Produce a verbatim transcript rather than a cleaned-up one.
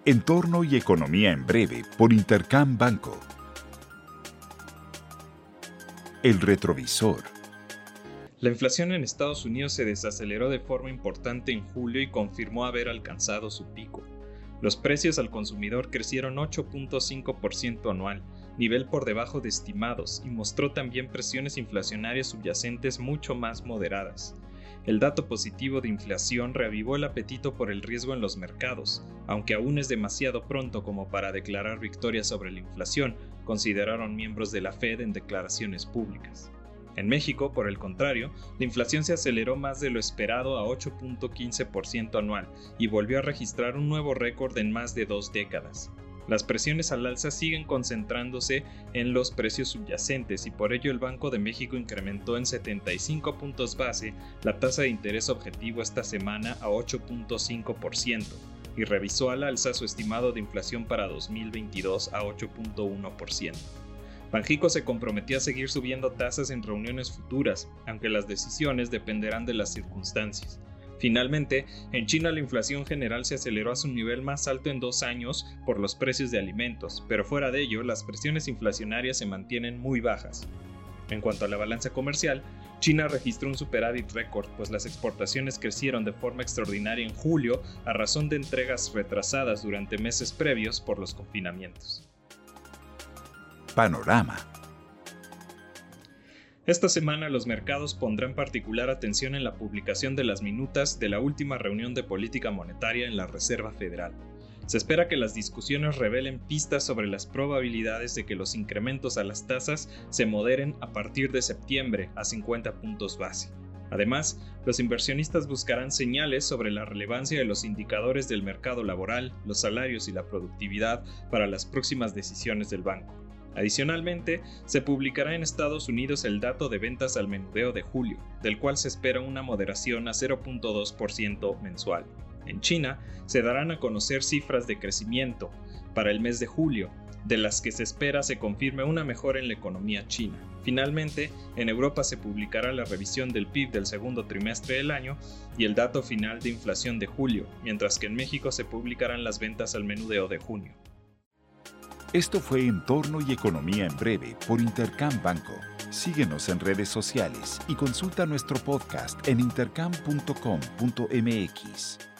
Entorno y economía en breve por Intercam Banco. El retrovisor. La inflación en Estados Unidos se desaceleró de forma importante en julio y confirmó haber alcanzado su pico. Los precios al consumidor crecieron ocho punto cinco por ciento anual, nivel por debajo de estimados, y mostró también presiones inflacionarias subyacentes mucho más moderadas. El dato positivo de inflación reavivó el apetito por el riesgo en los mercados, aunque aún es demasiado pronto como para declarar victoria sobre la inflación, consideraron miembros de la Fed en declaraciones públicas. En México, por el contrario, la inflación se aceleró más de lo esperado a ocho punto quince por ciento anual y volvió a registrar un nuevo récord en más de dos décadas. Las presiones al alza siguen concentrándose en los precios subyacentes y por ello el Banco de México incrementó en setenta y cinco puntos base la tasa de interés objetivo esta semana a ocho punto cinco por ciento y revisó al alza su estimado de inflación para dos mil veintidós a ocho punto uno por ciento. Banxico se comprometió a seguir subiendo tasas en reuniones futuras, aunque las decisiones dependerán de las circunstancias. Finalmente, en China la inflación general se aceleró a su nivel más alto en dos años por los precios de alimentos, pero fuera de ello, las presiones inflacionarias se mantienen muy bajas. En cuanto a la balanza comercial, China registró un superávit récord, pues las exportaciones crecieron de forma extraordinaria en julio a razón de entregas retrasadas durante meses previos por los confinamientos. Panorama. Esta semana los mercados pondrán particular atención en la publicación de las minutas de la última reunión de política monetaria en la Reserva Federal. Se espera que las discusiones revelen pistas sobre las probabilidades de que los incrementos a las tasas se moderen a partir de septiembre a cincuenta puntos base. Además, los inversionistas buscarán señales sobre la relevancia de los indicadores del mercado laboral, los salarios y la productividad para las próximas decisiones del banco. Adicionalmente, se publicará en Estados Unidos el dato de ventas al menudeo de julio, del cual se espera una moderación a cero punto dos por ciento mensual. En China, se darán a conocer cifras de crecimiento para el mes de julio, de las que se espera se confirme una mejora en la economía china. Finalmente, en Europa se publicará la revisión del P I B del segundo trimestre del año y el dato final de inflación de julio, mientras que en México se publicarán las ventas al menudeo de junio. Esto fue Entorno y Economía en Breve por Intercam Banco. Síguenos en redes sociales y consulta nuestro podcast en intercam punto com punto m x.